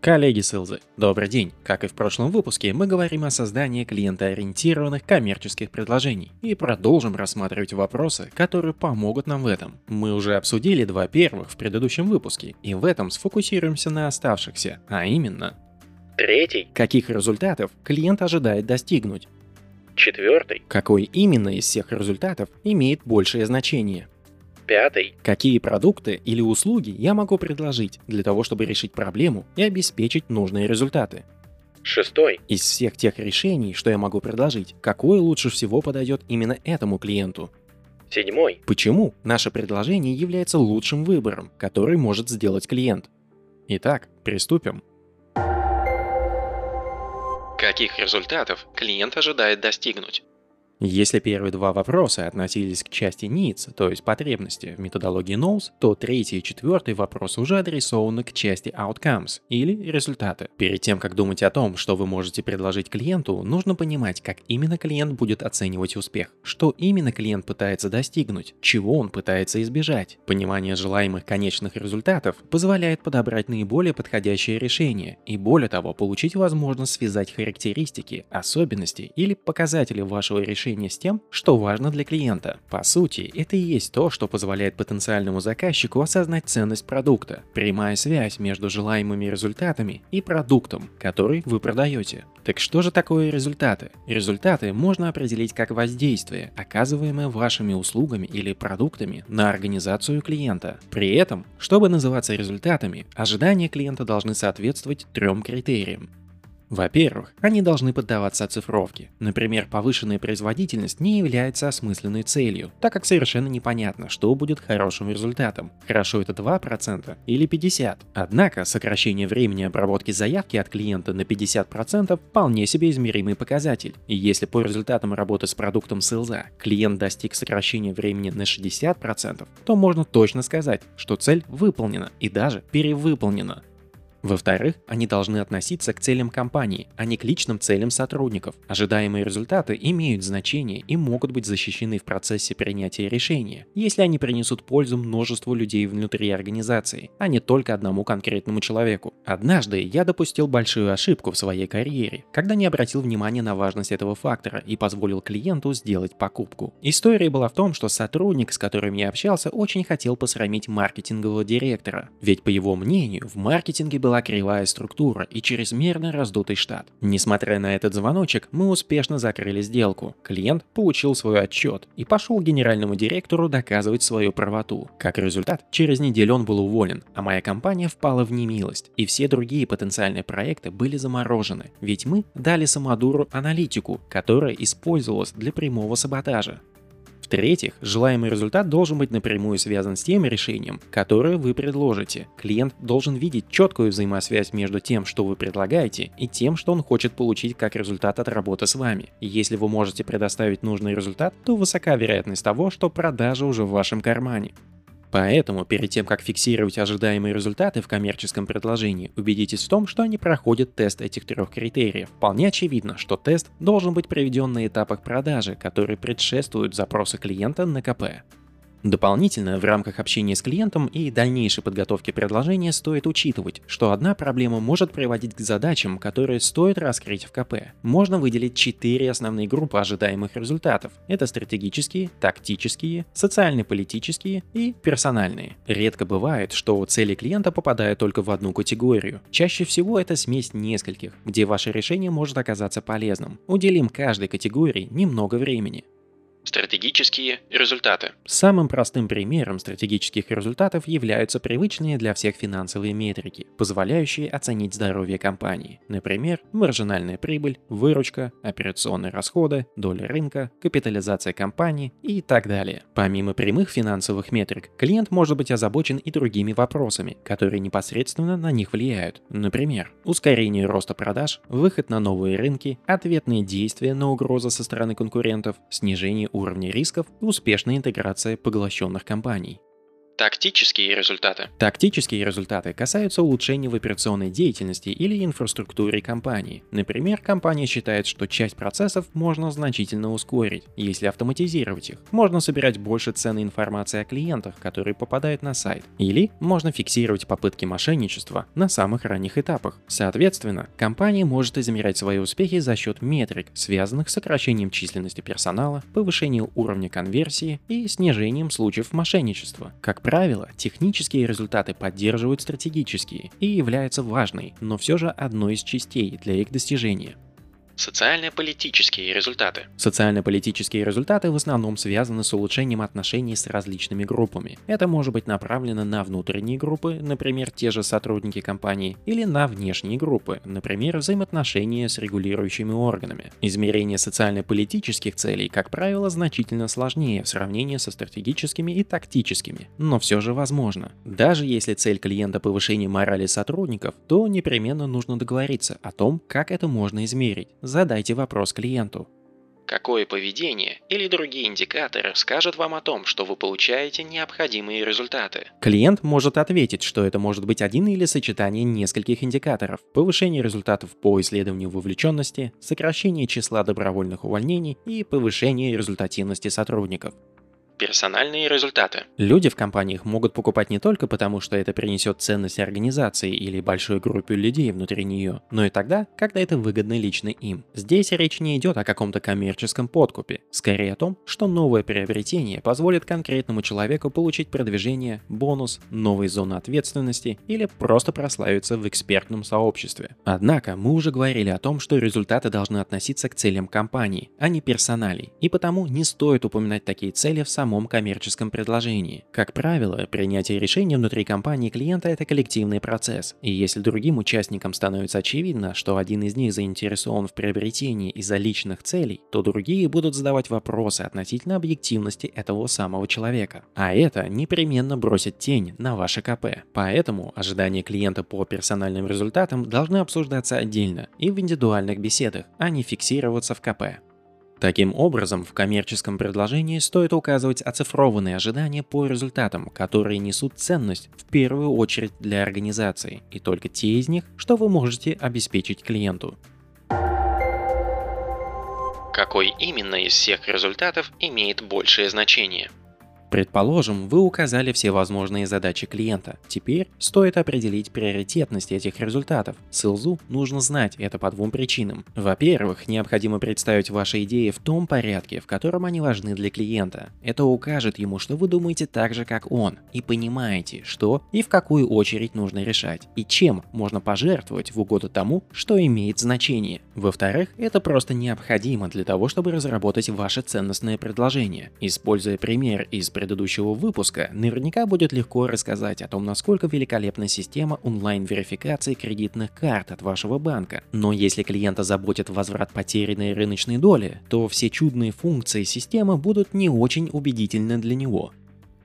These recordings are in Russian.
Коллеги Силзы, добрый день! Как и в прошлом выпуске, мы говорим о создании клиентоориентированных коммерческих предложений и продолжим рассматривать вопросы, которые помогут нам в этом. Мы уже обсудили два первых в предыдущем выпуске, и в этом сфокусируемся на оставшихся, а именно: третий, каких результатов клиент ожидает достигнуть; четвертый, какой именно из всех результатов имеет большее значение; пятый, какие продукты или услуги я могу предложить для того, чтобы решить проблему и обеспечить нужные результаты; шестой, из всех тех решений, что я могу предложить, какое лучше всего подойдет именно этому клиенту; седьмой, почему наше предложение является лучшим выбором, который может сделать клиент. Итак, приступим. Каких результатов клиент ожидает достигнуть? Если первые два вопроса относились к части needs, то есть потребности в методологии Knowles, то третий и четвертый вопрос уже адресованы к части outcomes или результаты. Перед тем, как думать о том, что вы можете предложить клиенту, нужно понимать, как именно клиент будет оценивать успех, что именно клиент пытается достигнуть, чего он пытается избежать. Понимание желаемых конечных результатов позволяет подобрать наиболее подходящее решение и, более того, получить возможность связать характеристики, особенности или показатели вашего решения с тем, что важно для клиента. По сути, это и есть то, что позволяет потенциальному заказчику осознать ценность продукта, прямая связь между желаемыми результатами и продуктом, который вы продаете. Так что же такое результаты? Результаты можно определить как воздействие, оказываемое вашими услугами или продуктами на организацию клиента. При этом, чтобы называться результатами, ожидания клиента должны соответствовать трем критериям. Во-первых, они должны поддаваться оцифровке. Например, повышенная производительность не является осмысленной целью, так как совершенно непонятно, что будет хорошим результатом. Хорошо это 2% или 50%. Однако, сокращение времени обработки заявки от клиента на 50% вполне себе измеримый показатель. И если по результатам работы с продуктом Sales клиент достиг сокращения времени на 60%, то можно точно сказать, что цель выполнена и даже перевыполнена. Во-вторых, они должны относиться к целям компании, а не к личным целям сотрудников. Ожидаемые результаты имеют значение и могут быть защищены в процессе принятия решения, если они принесут пользу множеству людей внутри организации, а не только одному конкретному человеку. Однажды я допустил большую ошибку в своей карьере, когда не обратил внимания на важность этого фактора и позволил клиенту сделать покупку. История была в том, что сотрудник, с которым я общался, очень хотел посрамить маркетингового директора, ведь, по его мнению, в маркетинге была кривая структура и чрезмерно раздутый штат. Несмотря на этот звоночек, мы успешно закрыли сделку. Клиент получил свой отчет и пошел к генеральному директору доказывать свою правоту. Как результат, через неделю он был уволен, а моя компания впала в немилость, и все другие потенциальные проекты были заморожены, ведь мы дали самодуру аналитику, которая использовалась для прямого саботажа. В-третьих, желаемый результат должен быть напрямую связан с тем решением, которое вы предложите. Клиент должен видеть четкую взаимосвязь между тем, что вы предлагаете, и тем, что он хочет получить как результат от работы с вами. Если вы можете предоставить нужный результат, то высока вероятность того, что продажа уже в вашем кармане. Поэтому, перед тем, как фиксировать ожидаемые результаты в коммерческом предложении, убедитесь в том, что они проходят тест этих трех критериев. Вполне очевидно, что тест должен быть проведен на этапах продажи, которые предшествуют запросу клиента на КП. Дополнительно, в рамках общения с клиентом и дальнейшей подготовки предложения стоит учитывать, что одна проблема может приводить к задачам, которые стоит раскрыть в КП. Можно выделить 4 основные группы ожидаемых результатов. Это стратегические, тактические, социально-политические и персональные. Редко бывает, что цели клиента попадают только в одну категорию. Чаще всего это смесь нескольких, где ваше решение может оказаться полезным. Уделим каждой категории немного времени. Стратегические результаты. Самым простым примером стратегических результатов являются привычные для всех финансовые метрики, позволяющие оценить здоровье компании. Например, маржинальная прибыль, выручка, операционные расходы, доля рынка, капитализация компании и так далее. Помимо прямых финансовых метрик, клиент может быть озабочен и другими вопросами, которые непосредственно на них влияют. Например, ускорение роста продаж, выход на новые рынки, ответные действия на угрозы со стороны конкурентов, снижение уровня рисков и успешная интеграция поглощенных компаний. Тактические результаты. Тактические результаты касаются улучшения в операционной деятельности или инфраструктуре компании. Например, компания считает, что часть процессов можно значительно ускорить, если автоматизировать их. Можно собирать больше ценной информации о клиентах, которые попадают на сайт. Или можно фиксировать попытки мошенничества на самых ранних этапах. Соответственно, компания может измерять свои успехи за счет метрик, связанных с сокращением численности персонала, повышением уровня конверсии и снижением случаев мошенничества. Как правило, технические результаты поддерживают стратегические и являются важной, но все же одной из частей для их достижения. Социально-политические результаты. Социально-политические результаты в основном связаны с улучшением отношений с различными группами. Это может быть направлено на внутренние группы, например, те же сотрудники компании, или на внешние группы, например, взаимоотношения с регулирующими органами. Измерение социально-политических целей, как правило, значительно сложнее в сравнении со стратегическими и тактическими, но все же возможно. Даже если цель клиента повышение морали сотрудников, то непременно нужно договориться о том, как это можно измерить. Задайте вопрос клиенту. Какое поведение или другие индикаторы скажут вам о том, что вы получаете необходимые результаты? Клиент может ответить, что это может быть один или сочетание нескольких индикаторов. Повышение результатов по исследованию вовлеченности, сокращение числа добровольных увольнений и повышение результативности сотрудников. Персональные результаты. Люди в компаниях могут покупать не только потому, что это принесет ценность организации или большой группе людей внутри нее, но и тогда, когда это выгодно лично им. Здесь речь не идет о каком-то коммерческом подкупе, скорее о том, что новое приобретение позволит конкретному человеку получить продвижение, бонус, новые зоны ответственности или просто прославиться в экспертном сообществе. Однако мы уже говорили о том, что результаты должны относиться к целям компании, а не персоналей, и потому не стоит упоминать такие цели в самом коммерческом предложении. Как правило, принятие решения внутри компании клиента – это коллективный процесс, и если другим участникам становится очевидно, что один из них заинтересован в приобретении из-за личных целей, то другие будут задавать вопросы относительно объективности этого самого человека. А это непременно бросит тень на ваше КП. Поэтому ожидания клиента по персональным результатам должны обсуждаться отдельно и в индивидуальных беседах, а не фиксироваться в КП. Таким образом, в коммерческом предложении стоит указывать оцифрованные ожидания по результатам, которые несут ценность в первую очередь для организации, и только те из них, что вы можете обеспечить клиенту. Какой именно из всех результатов имеет большее значение? Предположим, вы указали все возможные задачи клиента. Теперь стоит определить приоритетность этих результатов. Сейлзу нужно знать это по двум причинам. Во-первых, необходимо представить ваши идеи в том порядке, в котором они важны для клиента. Это укажет ему, что вы думаете так же, как он, и понимаете, что и в какую очередь нужно решать, и чем можно пожертвовать в угоду тому, что имеет значение. Во-вторых, это просто необходимо для того, чтобы разработать ваше ценностное предложение. Используя пример из предыдущего выпуска, наверняка будет легко рассказать о том, насколько великолепна система онлайн-верификации кредитных карт от вашего банка. Но если клиента заботит возврат потерянной рыночной доли, то все чудные функции системы будут не очень убедительны для него.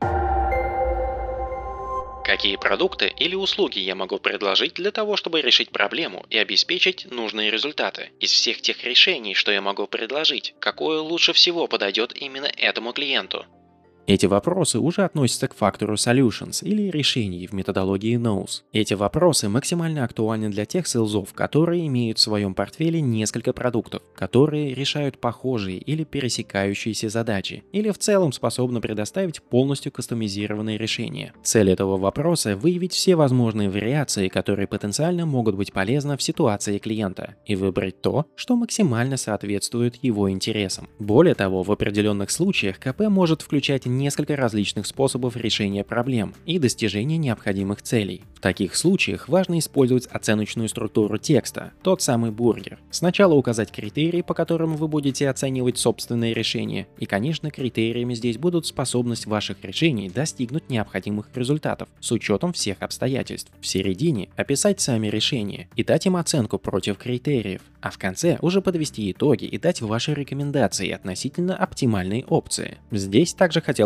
Какие продукты или услуги я могу предложить для того, чтобы решить проблему и обеспечить нужные результаты? Из всех тех решений, что я могу предложить, какое лучше всего подойдет именно этому клиенту? Эти вопросы уже относятся к фактору solutions или решений в методологии Knows. Эти вопросы максимально актуальны для тех сейлзов, которые имеют в своем портфеле несколько продуктов, которые решают похожие или пересекающиеся задачи, или в целом способны предоставить полностью кастомизированные решения. Цель этого вопроса – выявить все возможные вариации, которые потенциально могут быть полезны в ситуации клиента, и выбрать то, что максимально соответствует его интересам. Более того, в определенных случаях КП может включать несколько различных способов решения проблем и достижения необходимых целей. В таких случаях важно использовать оценочную структуру текста, тот самый бургер. Сначала указать критерии, по которым вы будете оценивать собственные решения, и, конечно, критериями здесь будут способность ваших решений достигнуть необходимых результатов с учетом всех обстоятельств. В середине описать сами решения и дать им оценку против критериев, а в конце уже подвести итоги и дать ваши рекомендации относительно оптимальной опции. Здесь также хотел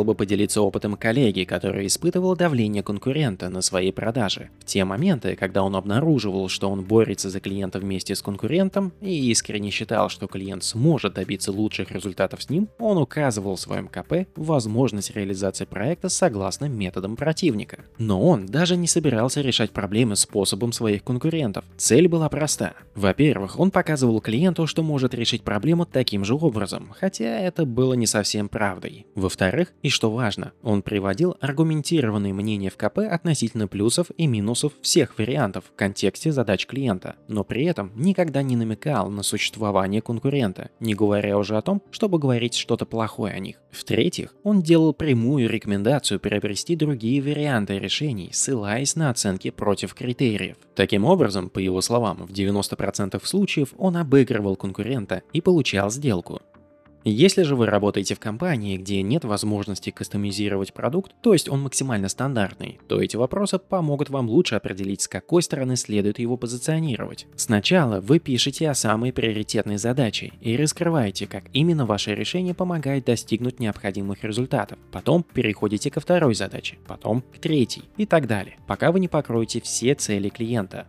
хотел бы поделиться опытом коллеги, который испытывал давление конкурента на свои продажи. В те моменты, когда он обнаруживал, что он борется за клиента вместе с конкурентом и искренне считал, что клиент сможет добиться лучших результатов с ним, он указывал в своем КП возможность реализации проекта согласно методам противника. Но он даже не собирался решать проблемы способом своих конкурентов. Цель была проста. Во-первых, он показывал клиенту, что может решить проблему таким же образом, хотя это было не совсем правдой. Во-вторых, и что важно, он приводил аргументированные мнения в КП относительно плюсов и минусов всех вариантов в контексте задач клиента, но при этом никогда не намекал на существование конкурента, не говоря уже о том, чтобы говорить что-то плохое о них. В-третьих, он делал прямую рекомендацию приобрести другие варианты решений, ссылаясь на оценки против критериев. Таким образом, по его словам, в 90% случаев он обыгрывал конкурента и получал сделку. Если же вы работаете в компании, где нет возможности кастомизировать продукт, то есть он максимально стандартный, то эти вопросы помогут вам лучше определить, с какой стороны следует его позиционировать. Сначала вы пишете о самой приоритетной задаче и раскрываете, как именно ваше решение помогает достигнуть необходимых результатов. Потом переходите ко второй задаче, потом к третьей и так далее, пока вы не покроете все цели клиента.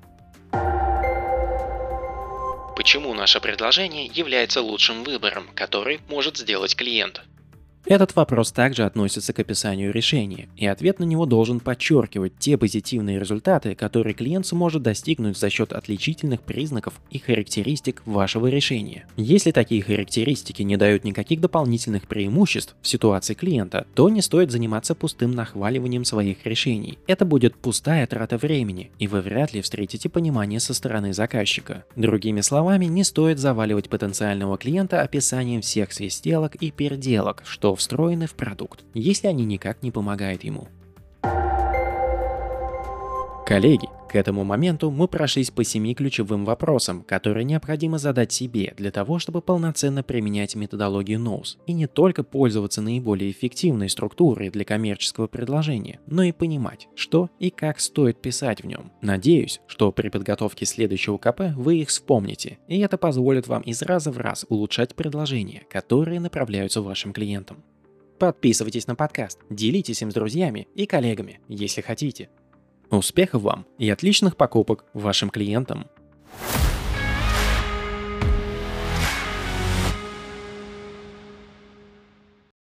Почему наше предложение является лучшим выбором, который может сделать клиент? Этот вопрос также относится к описанию решения, и ответ на него должен подчеркивать те позитивные результаты, которые клиент сможет достигнуть за счет отличительных признаков и характеристик вашего решения. Если такие характеристики не дают никаких дополнительных преимуществ в ситуации клиента, то не стоит заниматься пустым нахваливанием своих решений. Это будет пустая трата времени, и вы вряд ли встретите понимание со стороны заказчика. Другими словами, не стоит заваливать потенциального клиента описанием всех свистелок и переделок, что встроены в продукт, если они никак не помогают ему. Коллеги, к этому моменту мы прошлись по 7 ключевым вопросам, которые необходимо задать себе для того, чтобы полноценно применять методологию NOWS и не только пользоваться наиболее эффективной структурой для коммерческого предложения, но и понимать, что и как стоит писать в нем. Надеюсь, что при подготовке следующего КП вы их вспомните, и это позволит вам из раза в раз улучшать предложения, которые направляются вашим клиентам. Подписывайтесь на подкаст, делитесь им с друзьями и коллегами, если хотите. Успехов вам и отличных покупок вашим клиентам!